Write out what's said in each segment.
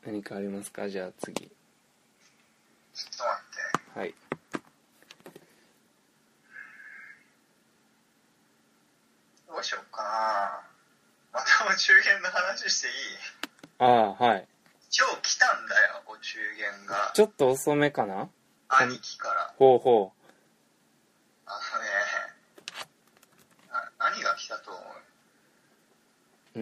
何かありますか？じゃあ次。 ちょっと待って。 はい。 どうしようかな。またお中元の話していい？ ああ、はい。 今日来たんだよ、お中元が。 ちょっと遅めかな？ 兄貴から。 ほうほう。 何が来たと思う？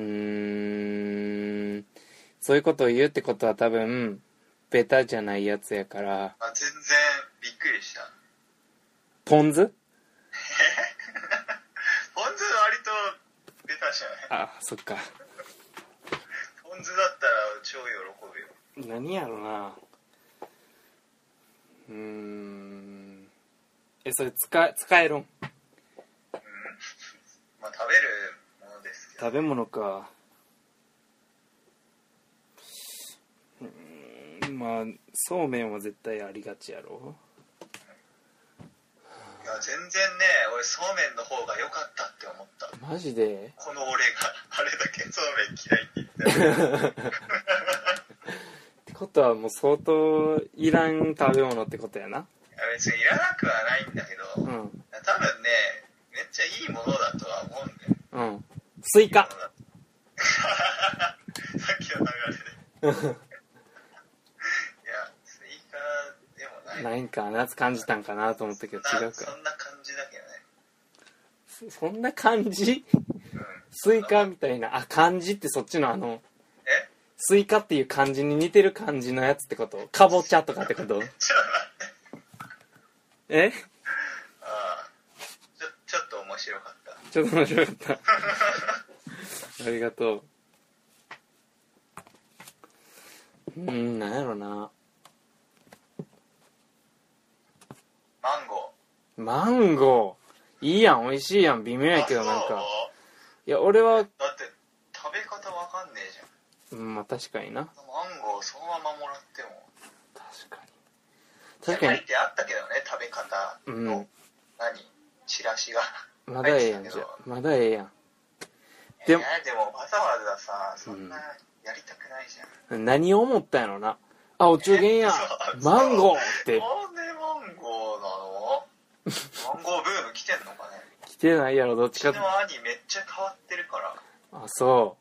そういうことを言うってことは多分ベタじゃないやつやから。 全然びっくりした。 ポン酢？ ポン酢割とベタじゃない？ あ、そっか。 ポン酢だったら超喜ぶよ。 何やろな。それ使えるん？ まあ食べるものですけど。 食べ物か。まあそうめんは絶対ありがちやろ。 いや全然ね、俺そうめんの方が良かったって思った。 マジで？ この俺があれだけそうめん嫌いって言ったってことはもう相当いらん食べ物ってことやな。 いや別にいらなくはないんだけど、多分ねめっちゃいいものだとは思うんだよ。 スイカ。 さっきの流れで。いやスイカでもない。 ないんか、夏感じたんかなと思ったけど違うか。 そんな感じだけどね。 そんな感じ？スイカみたいな。あ、漢字ってそっちのスイカっていう漢字に似てる漢字のやつってこと？かぼちゃとかってこと？ ちょっと待って。ちょっと面白かった。 ちょっと面白かったありがとう。なんやろな。マンゴーいいやん、美味しいやん。微妙やけどなんか。いや俺はだって食べ方わかんねえじゃん。 まあ確かにな。 マンゴーそのままもらっても。 確かに。 書いてあったけどね、食べ方の、チラシが。 まだええやんじゃ。まだええやん。 でもわざわざさ、そんなやりたくないじゃん。 何を思ったんやろな。あ、お中元や。マンゴーって。 なんでマンゴーなの？マンゴーブーム来てんのかね？ 来てないやろ、どっちか。 うちの兄めっちゃ変わってるから。 あ、そう。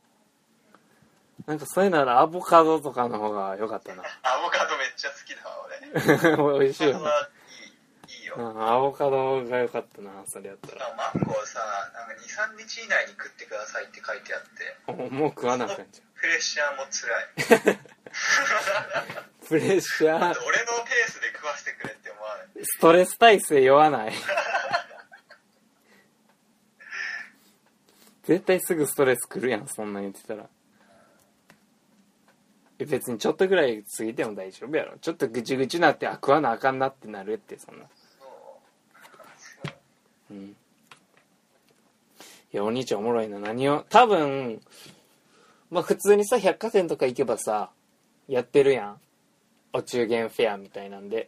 なんかそういうならアボカドとかの方が良かったな。 アボカドめっちゃ好きだわ、 俺。美味しいよな。 いいよ。 アボカドが良かったな、それやったら。 マンゴーさ、なんか 2,3 日以内に食ってくださいって書いてあって。 もう食わなあかんじゃん。 プレッシャーも辛い。 プレッシャー。 俺のペースで食わせてくれって思わない。 ストレス耐性酔わない。絶対すぐストレス来るやん、そんなん言ってたら。別にちょっとぐらい過ぎても大丈夫やろ。ちょっとぐちぐちなって、食わなあかんなってなるって、そんな。いや、お兄ちゃんおもろいな。何を、多分、まあ普通にさ、百貨店とか行けばさ、やってるやん。お中元フェアみたいなんで。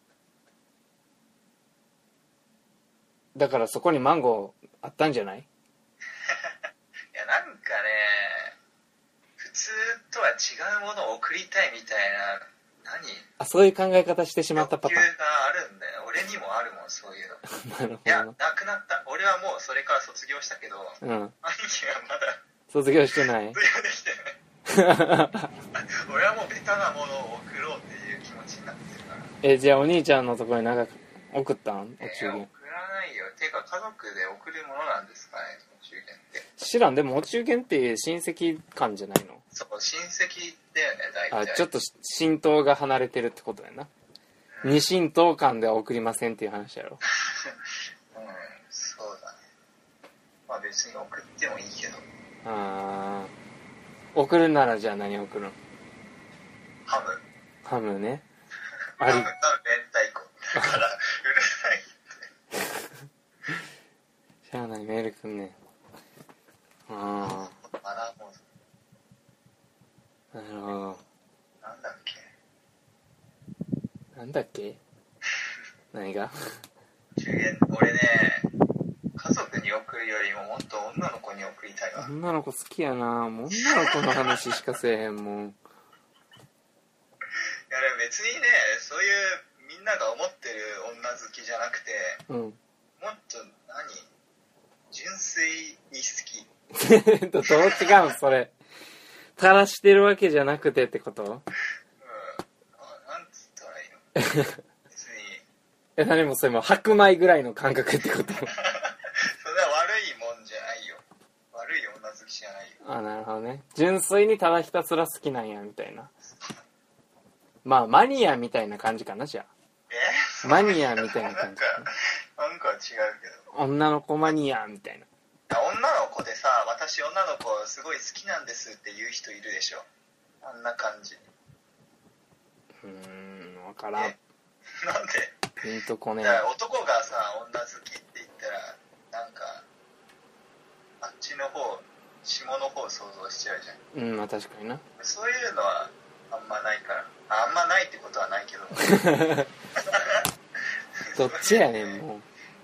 だからそこにマンゴーあったんじゃない？ いや、なんかね、普通とは違うものを送りたいみたいな、 そういう考え方してしまったパターン。 欲求があるんだよ。俺にもあるもん、そういうの。 なるほど。 いや、なくなった。俺はもうそれから卒業したけど、兄貴はまだ卒業してない。 卒業できてない。俺はもうベタなものを送ろうっていう気持ちになってるから。 じゃあお兄ちゃんのところになんか送ったん？お中元。 送らないよ。てか家族で送るものなんですかね、お中元って。 知らん。でもお中元って親戚間じゃないの？ そう、親戚だよね、大体。 ちょっと神道が離れてるってことやな。二神道間では送りませんっていう話やろ。 そうだね。まあ別に送ってもいいけど。 送るならじゃあ何送るの？ ハム。 ハムね。 ハムと明太子。だからうるさいって。 しゃあない、メールくんね。なるほど。なんだっけ何が？ 俺ね、家族に送るよりももっと女の子に送りたいわ。 女の子好きやな。もう女の子の話しかせえへんもん。 やでも別にね、そういうみんなが思ってる女好きじゃなくて、 うん。 もっと純粋に好き。 どう違うんそれ。垂らしてるわけじゃなくてってこと？ うん。なんつったらいいの？別に。 何もそれも白米ぐらいの感覚ってこと？ それは悪いもんじゃないよ。悪い女好きじゃないよ。 あ、なるほどね。純粋にただひたすら好きなんやみたいな。まあマニアみたいな感じかな、じゃあ。マニアみたいな感じかな。 なんか違うけど。 女の子マニアみたいな。 女の子でさ、私女の子すごい好きなんですって言う人いるでしょ。あんな感じ。 わからん。 なんで？ ピンとこねえ。 だから男がさ、女好きって言ったら、なんかあっちの方、下の方想像しちゃうじゃん。 まあ確かにな。 そういうのはあんまないから。あんまないってことはないけど。 どっちやねんもう。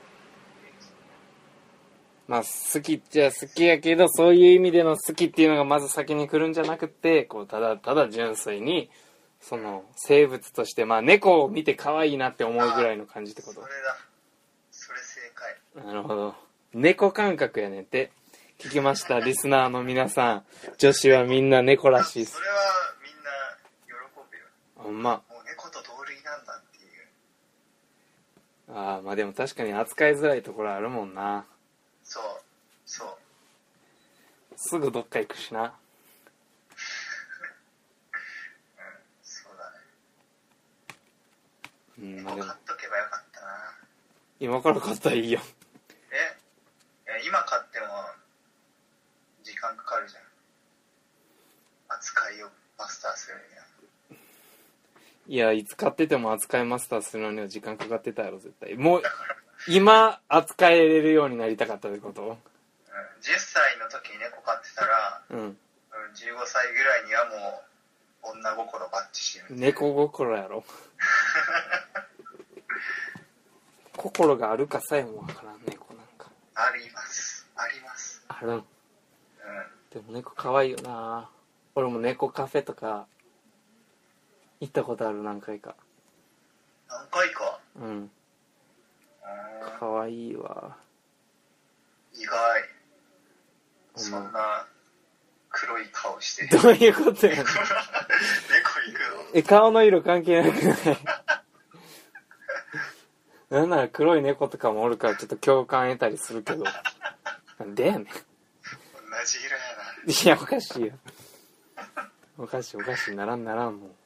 まあ好きっちゃ好きやけど、そういう意味での好きっていうのがまず先に来るんじゃなくて、こうただただ純粋にその生物として、まあ猫を見て可愛いなって思うぐらいの感じってこと。 それだ。それ正解。 なるほど。猫感覚やねんって聞きました。リスナーの皆さん、女子はみんな猫らしいっす。 それはみんな喜ぶよ。 ほんま。 もう猫と同類なんだっていう。 ああ、まあでも確かに扱いづらいところあるもんな。 そうそう。 すぐどっか行くしな。 うん、そうだね。 まあでも買っとけばよかったな。 今から買ったらいいよ。 いや今買っても時間かかるじゃん。扱いをマスターするには。 いや、いつ買ってても扱いマスターするのには時間かかってたやろ絶対。もう今扱えれるようになりたかったってこと？ うん、10歳の時に猫飼ってたら、 うん。 15歳ぐらいにはもう女心バッチしる。 猫心やろ。心があるかさえもわからん猫なんか。 ありますあります。 あるん。 うん。 でも猫可愛いよな。俺も猫カフェとか行ったことある、何回か。 何回か。 うん。可愛いわ。 意外。そんな黒い顔して。 どういうことやねん。 猫行くの？ 顔の色関係なくない？なんなら黒い猫とかもおるからちょっと共感得たりするけど。なんでやねん。 同じ色やな。 いや、おかしいよ。おかしいならんもん。